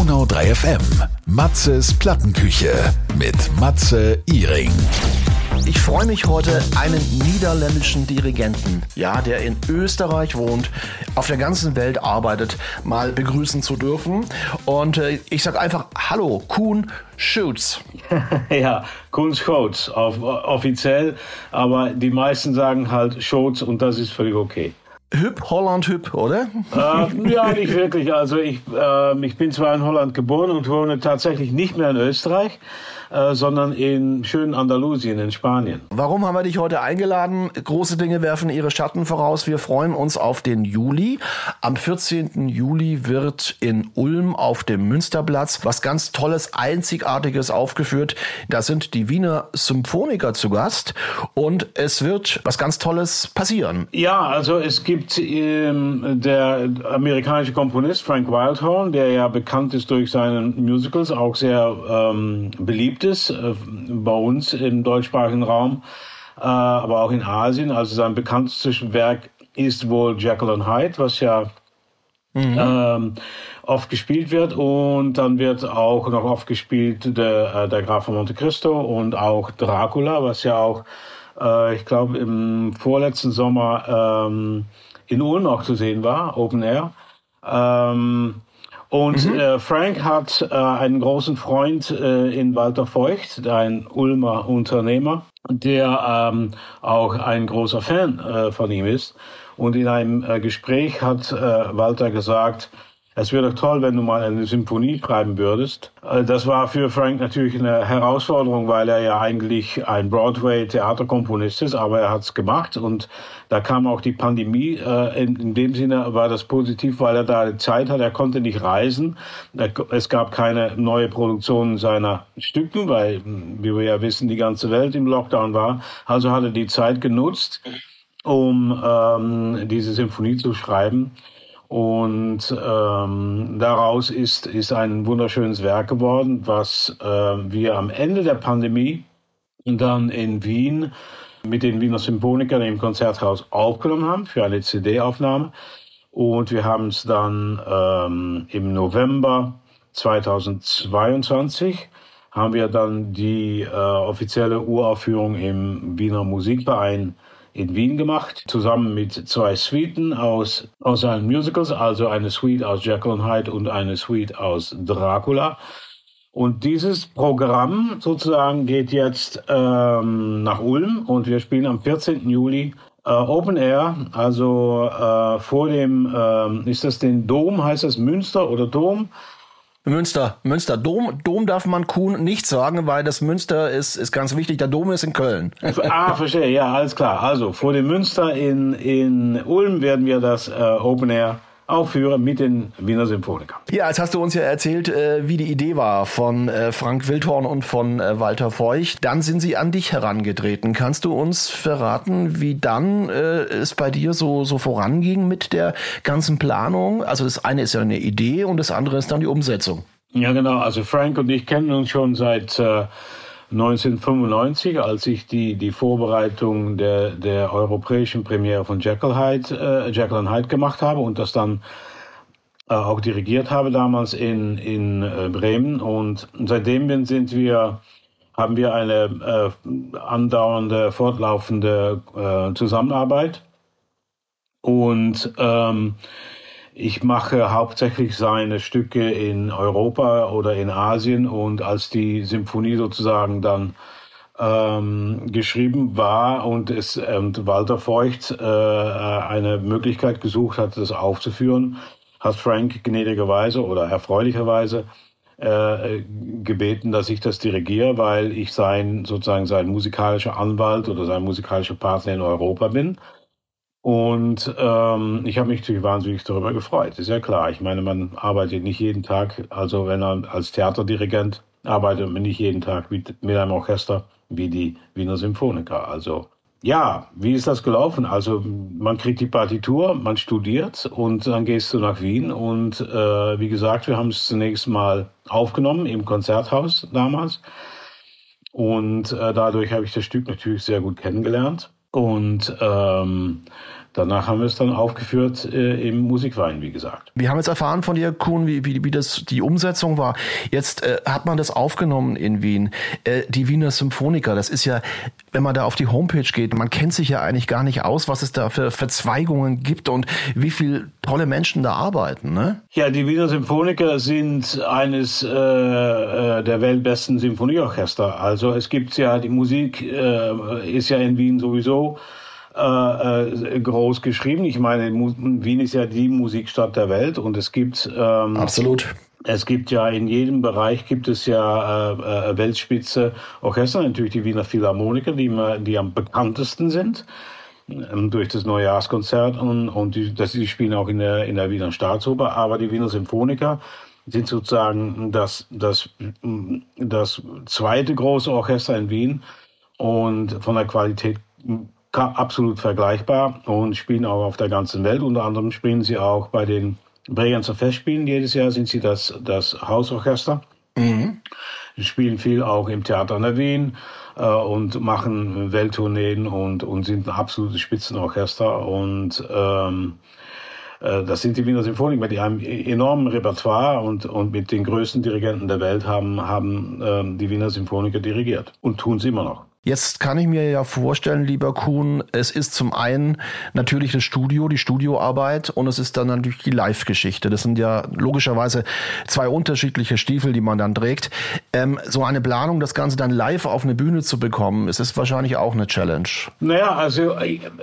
Donau 3 FM. Matzes Plattenküche mit Matze Iring. Ich freue mich heute, einen niederländischen Dirigenten, der in Österreich wohnt, auf der ganzen Welt arbeitet, mal begrüßen zu dürfen. Und ich sage einfach Hallo, Koen Schoots. Ja, Koen Schoots, offiziell, aber die meisten sagen halt Schoots und das ist völlig okay. Hüb, Holland, Hüb, oder? Ja, nicht wirklich. Also ich bin zwar in Holland geboren und wohne tatsächlich nicht mehr in Österreich, sondern in schönen Andalusien in Spanien. Warum haben wir dich heute eingeladen? Große Dinge werfen ihre Schatten voraus. Wir freuen uns auf den Juli. Am 14. Juli wird in Ulm auf dem Münsterplatz was ganz Tolles, Einzigartiges aufgeführt. Da sind die Wiener Symphoniker zu Gast und es wird was ganz Tolles passieren. Ja, also es gibt der amerikanische Komponist Frank Wildhorn, der ja bekannt ist durch seine Musicals, auch sehr beliebt ist bei uns im deutschsprachigen Raum, aber auch in Asien. Also sein bekanntestes Werk ist wohl Jekyll and Hyde, was ja oft gespielt wird, und dann wird auch noch oft gespielt der Graf von Monte Cristo und auch Dracula, was ja auch, ich glaube, im vorletzten Sommer in Ulm auch zu sehen war, Open Air. Frank hat einen großen Freund in Walter Feucht, ein Ulmer Unternehmer, der auch ein großer Fan von ihm ist. Und in einem Gespräch hat Walter gesagt, es wäre doch toll, wenn du mal eine Symphonie schreiben würdest. Das war für Frank natürlich eine Herausforderung, weil er ja eigentlich ein Broadway-Theaterkomponist ist, aber er hat es gemacht, und da kam auch die Pandemie. In dem Sinne war das positiv, weil er da Zeit hat. Er konnte nicht reisen. Es gab keine neue Produktion seiner Stücken, weil, wie wir ja wissen, die ganze Welt im Lockdown war. Also hat er die Zeit genutzt, um diese Symphonie zu schreiben. Und daraus ist ein wunderschönes Werk geworden, was wir am Ende der Pandemie dann in Wien mit den Wiener Symphonikern im Konzerthaus aufgenommen haben für eine CD-Aufnahme. Und wir haben es dann im November 2022 haben wir dann die offizielle Uraufführung im Wiener Musikverein in Wien gemacht, zusammen mit 2 Suiten aus seinen Musicals, also eine Suite aus Jekyll and Hyde und eine Suite aus Dracula. Und dieses Programm sozusagen geht jetzt nach Ulm, und wir spielen am 14. Juli Open Air, also vor dem, ist das den Dom, heißt das Münster oder Dom? Münster. Dom darf man Koen nicht sagen, weil das Münster ist ganz wichtig. Der Dom ist in Köln. Verstehe. Ja, alles klar. Also vor dem Münster in Ulm werden wir das Open Air aufführen mit den Wiener Symphonikern. Ja, jetzt hast du uns ja erzählt, wie die Idee war von Frank Wildhorn und von Walter Feucht. Dann sind sie an dich herangetreten. Kannst du uns verraten, wie dann es bei dir so voranging mit der ganzen Planung? Also das eine ist ja eine Idee und das andere ist dann die Umsetzung. Ja, genau. Also Frank und ich kennen uns schon seit 1995, als ich die Vorbereitung der europäischen Premiere von Jekyll and Hyde gemacht habe und das dann auch dirigiert habe damals in Bremen. Und seitdem haben wir eine andauernde, fortlaufende Zusammenarbeit. Und ich mache hauptsächlich seine Stücke in Europa oder in Asien, und als die Symphonie sozusagen dann geschrieben war und Walter Feucht eine Möglichkeit gesucht hat, das aufzuführen, hat Frank gnädigerweise oder erfreulicherweise gebeten, dass ich das dirigiere, weil ich sein musikalischer Anwalt oder sein musikalischer Partner in Europa bin. Und ich habe mich natürlich wahnsinnig darüber gefreut. Ist ja klar. Ich meine, man arbeitet nicht jeden Tag, also wenn er als Theaterdirigent arbeitet man nicht jeden Tag mit einem Orchester wie die Wiener Symphoniker. Also ja, wie ist das gelaufen? Also man kriegt die Partitur, man studiert und dann gehst du nach Wien. Und wie gesagt, wir haben es zunächst mal aufgenommen im Konzerthaus damals. Und dadurch habe ich das Stück natürlich sehr gut kennengelernt. Und danach haben wir es dann aufgeführt im Musikverein, wie gesagt. Wir haben jetzt erfahren von dir, Kuhn, wie das die Umsetzung war. Jetzt hat man das aufgenommen in Wien. Die Wiener Symphoniker, das ist ja, wenn man da auf die Homepage geht, man kennt sich ja eigentlich gar nicht aus, was es da für Verzweigungen gibt und wie viele tolle Menschen da arbeiten, ne? Ja, die Wiener Symphoniker sind eines der weltbesten Symphonieorchester. Also es gibt ja, die Musik ist ja in Wien sowieso groß geschrieben. Ich meine, Wien ist ja die Musikstadt der Welt und es gibt absolut. Es gibt ja in jedem Bereich gibt es ja Weltspitze Orchester, natürlich die Wiener Philharmoniker, die am bekanntesten sind durch das Neujahrskonzert und die spielen auch in der Wiener Staatsoper, aber die Wiener Symphoniker sind sozusagen das zweite große Orchester in Wien und von der Qualität absolut vergleichbar und spielen auch auf der ganzen Welt. Unter anderem spielen sie auch bei den Bregenzer Festspielen. Jedes Jahr sind sie das Hausorchester. Mhm. Sie spielen viel auch im Theater an der Wien und machen Welttourneen und sind ein absolutes Spitzenorchester. Und das sind die Wiener Symphoniker mit einem enormen Repertoire und mit den größten Dirigenten der Welt haben die Wiener Symphoniker dirigiert und tun es immer noch. Jetzt kann ich mir ja vorstellen, lieber Kuhn, es ist zum einen natürlich das Studio, die Studioarbeit und es ist dann natürlich die Live-Geschichte. Das sind ja logischerweise zwei unterschiedliche Stiefel, die man dann trägt. So eine Planung, das Ganze dann live auf eine Bühne zu bekommen, ist wahrscheinlich auch eine Challenge. Naja, also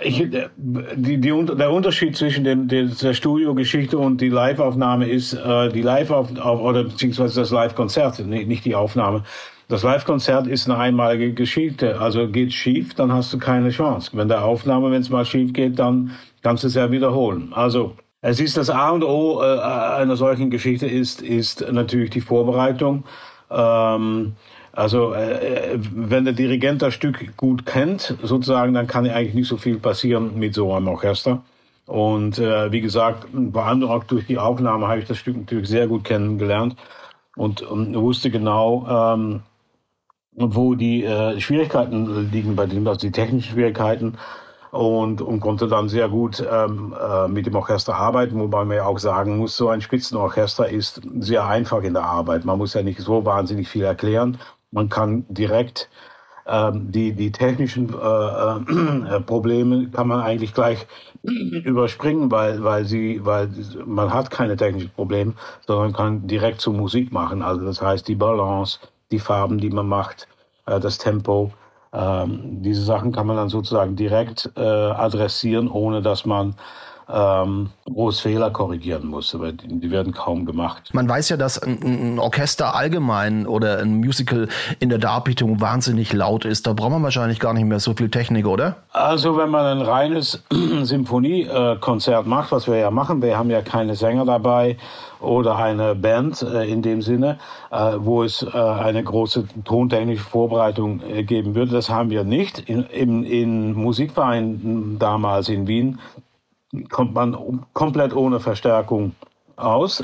der Unterschied zwischen der Studiogeschichte und die Live-Aufnahme ist die oder beziehungsweise das Live-Konzert, nicht die Aufnahme. Das Live-Konzert ist eine einmalige Geschichte. Also geht schief, dann hast du keine Chance. Wenn es mal schief geht, dann kannst du es ja wiederholen. Also es ist das A und O einer solchen Geschichte ist natürlich die Vorbereitung. Wenn der Dirigent das Stück gut kennt, sozusagen, dann kann eigentlich nicht so viel passieren mit so einem Orchester. Und wie gesagt, vor allem auch durch die Aufnahme habe ich das Stück natürlich sehr gut kennengelernt und wusste genau, wo die Schwierigkeiten liegen bei dem, also die technischen Schwierigkeiten und konnte dann sehr gut mit dem Orchester arbeiten, wobei man ja auch sagen muss, so ein Spitzenorchester ist sehr einfach in der Arbeit. Man muss ja nicht so wahnsinnig viel erklären. Man kann direkt die technischen Probleme kann man eigentlich gleich überspringen, weil man hat keine technischen Probleme, sondern kann direkt zur Musik machen. Also das heißt die Balance, die Farben, die man macht, das Tempo, diese Sachen kann man dann sozusagen direkt adressieren, ohne dass man groß Fehler korrigieren muss, aber die werden kaum gemacht. Man weiß ja, dass ein Orchester allgemein oder ein Musical in der Darbietung wahnsinnig laut ist. Da braucht man wahrscheinlich gar nicht mehr so viel Technik, oder? Also wenn man ein reines Symphoniekonzert macht, was wir ja machen, wir haben ja keine Sänger dabei oder eine Band in dem Sinne, wo es eine große tontechnische Vorbereitung geben würde. Das haben wir nicht. Im Musikverein damals in Wien kommt man komplett ohne Verstärkung aus,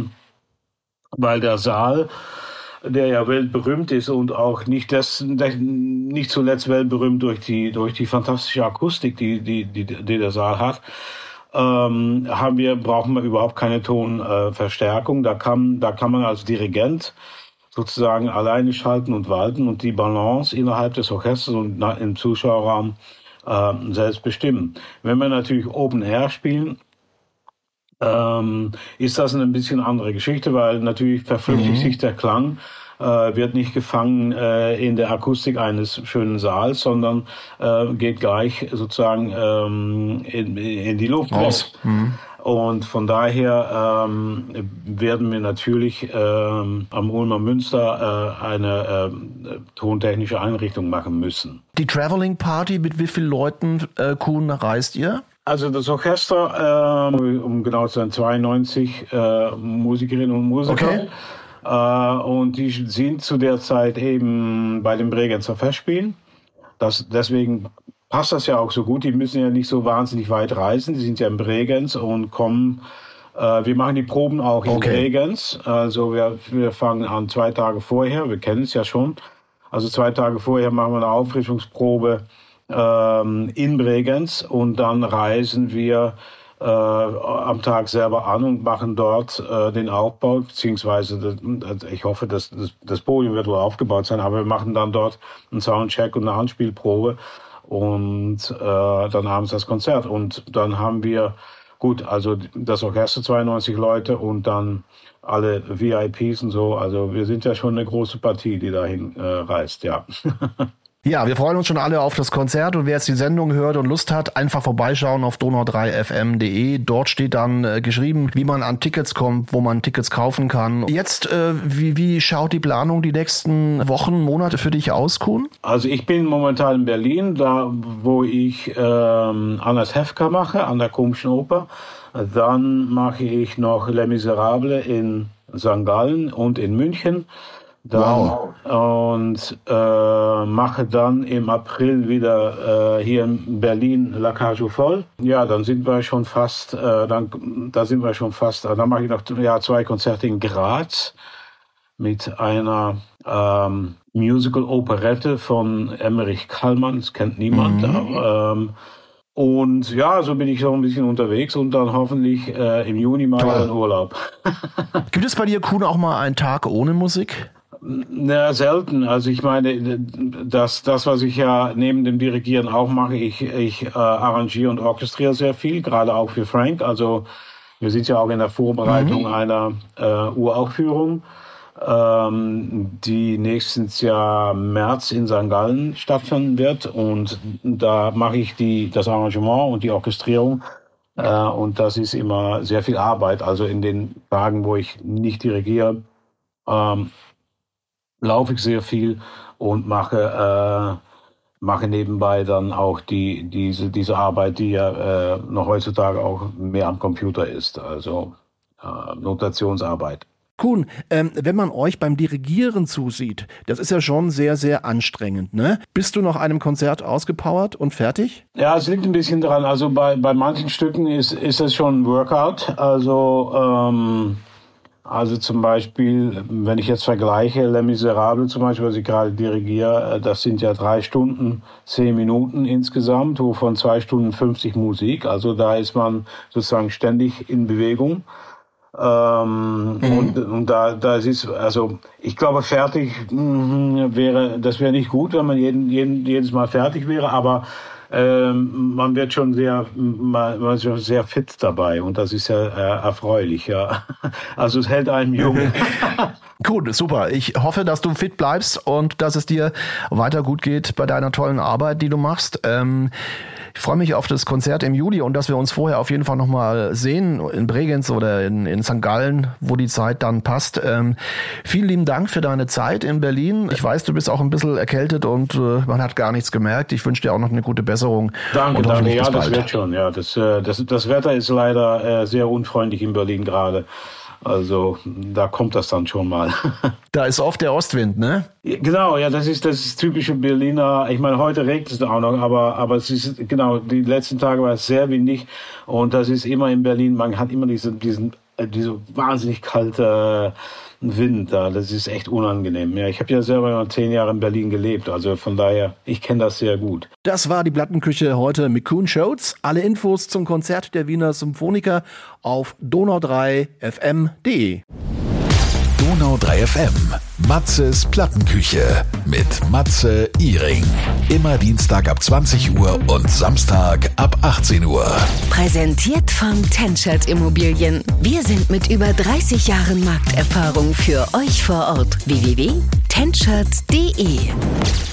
weil der Saal, der ja weltberühmt ist und auch nicht zuletzt weltberühmt durch die fantastische Akustik, die der Saal hat, brauchen wir überhaupt keine Tonverstärkung. Da kann man als Dirigent sozusagen alleine schalten und walten und die Balance innerhalb des Orchesters und im Zuschauerraum selbst bestimmen. Wenn wir natürlich Open Air spielen, ist das eine bisschen andere Geschichte, weil natürlich verflüchtigt sich der Klang, wird nicht gefangen in der Akustik eines schönen Saals, sondern geht gleich sozusagen in die Luft raus. Und von daher werden wir natürlich am Ulmer Münster eine tontechnische Einrichtung machen müssen. Die Traveling Party, mit wie vielen Leuten, Kuhn, reist ihr? Also das Orchester, um genau zu sein, 92 Musikerinnen und Musiker. Okay. Und die sind zu der Zeit eben bei den Bregenzer Festspielen. Deswegen passt das ja auch so gut. Die müssen ja nicht so wahnsinnig weit reisen. Die sind ja in Bregenz und kommen. Wir machen die Proben auch in Bregenz. Also wir fangen an 2 Tage vorher. Wir kennen es ja schon. Also 2 Tage vorher machen wir eine Auffrischungsprobe in Bregenz und dann reisen wir am Tag selber an und machen dort den Aufbau, beziehungsweise ich hoffe, dass das Podium wird wohl aufgebaut sein, aber wir machen dann dort einen Soundcheck und eine Anspielprobe und dann abends das Konzert. Und dann haben wir, also das Orchester 92 Leute und dann alle VIPs und so. Also wir sind ja schon eine große Partie, die dahin reist, ja. Ja, wir freuen uns schon alle auf das Konzert und wer jetzt die Sendung hört und Lust hat, einfach vorbeischauen auf donau3fm.de. Dort steht dann geschrieben, wie man an Tickets kommt, wo man Tickets kaufen kann. Jetzt, wie schaut die Planung die nächsten Wochen, Monate für dich aus, Kuhn? Also ich bin momentan in Berlin, da wo ich Annas Hefka mache, an der Komischen Oper. Dann mache ich noch Les Miserables in St. Gallen und in München. Und mache dann im April wieder hier in Berlin La Cage aux Folles. Ja, dann sind wir schon fast, dann mache ich noch 2 Konzerte in Graz mit einer Musical-Operette von Emmerich Kallmann, das kennt niemand. Und ja, so bin ich so ein bisschen unterwegs und dann hoffentlich im Juni mal in Urlaub. Gibt es bei dir, Kuhn, auch mal einen Tag ohne Musik? Na, selten. Also ich meine, das was ich ja neben dem Dirigieren auch mache, ich arrangiere und orchestriere sehr viel, gerade auch für Frank. Also wir sind ja auch in der Vorbereitung einer Uraufführung, die nächstes Jahr März in St. Gallen stattfinden wird. Und da mache ich das Arrangement und die Orchestrierung. Und das ist immer sehr viel Arbeit. Also in den Tagen, wo ich nicht dirigiere, laufe ich sehr viel und mache nebenbei dann auch diese Arbeit, die ja noch heutzutage auch mehr am Computer ist, also Notationsarbeit. Kuhn, wenn man euch beim Dirigieren zusieht, das ist ja schon sehr, sehr anstrengend, ne? Bist du nach einem Konzert ausgepowert und fertig? Ja, es liegt ein bisschen dran. Also bei manchen Stücken ist es schon ein Workout. Also zum Beispiel, wenn ich jetzt vergleiche, Les Miserables zum Beispiel, was ich gerade dirigiere, das sind ja 3 Stunden, 10 Minuten insgesamt, wovon 2 Stunden 50 Musik. Also da ist man sozusagen ständig in Bewegung. Und da ist, also ich glaube, fertig wäre nicht gut, wenn man jedes Mal fertig wäre, aber man wird schon man ist schon sehr fit dabei und das ist ja erfreulich, ja. Also es hält einem jung. Gut, super. Ich hoffe, dass du fit bleibst und dass es dir weiter gut geht bei deiner tollen Arbeit, die du machst. Ich freue mich auf das Konzert im Juli und dass wir uns vorher auf jeden Fall nochmal sehen in Bregenz oder in St. Gallen, wo die Zeit dann passt. Vielen lieben Dank für deine Zeit in Berlin. Ich weiß, du bist auch ein bisschen erkältet und man hat gar nichts gemerkt. Ich wünsche dir auch noch eine gute Besserung. Danke. Ja, das wird schon. Ja, das Wetter ist leider sehr unfreundlich in Berlin gerade. Also da kommt das dann schon mal. Da ist oft der Ostwind, ne? Genau, ja, das ist typische Berliner. Ich meine, heute regnet es auch noch, aber es ist genau, die letzten Tage war es sehr windig und das ist immer in Berlin. Man hat immer diese wahnsinnig kalte Wind da. Das ist echt unangenehm. Ja, ich habe ja selber 10 Jahre in Berlin gelebt, also von daher, ich kenne das sehr gut. Das war die Plattenküche heute mit Kuhn Schultz. Alle Infos zum Konzert der Wiener Symphoniker auf donau3fm.de. Donau3 FM. Matzes Plattenküche mit Matze Ihring. Immer Dienstag ab 20 Uhr und Samstag ab 18 Uhr. Präsentiert von Tenschert Immobilien. Wir sind mit über 30 Jahren Markterfahrung für euch vor Ort. www.tenschert.de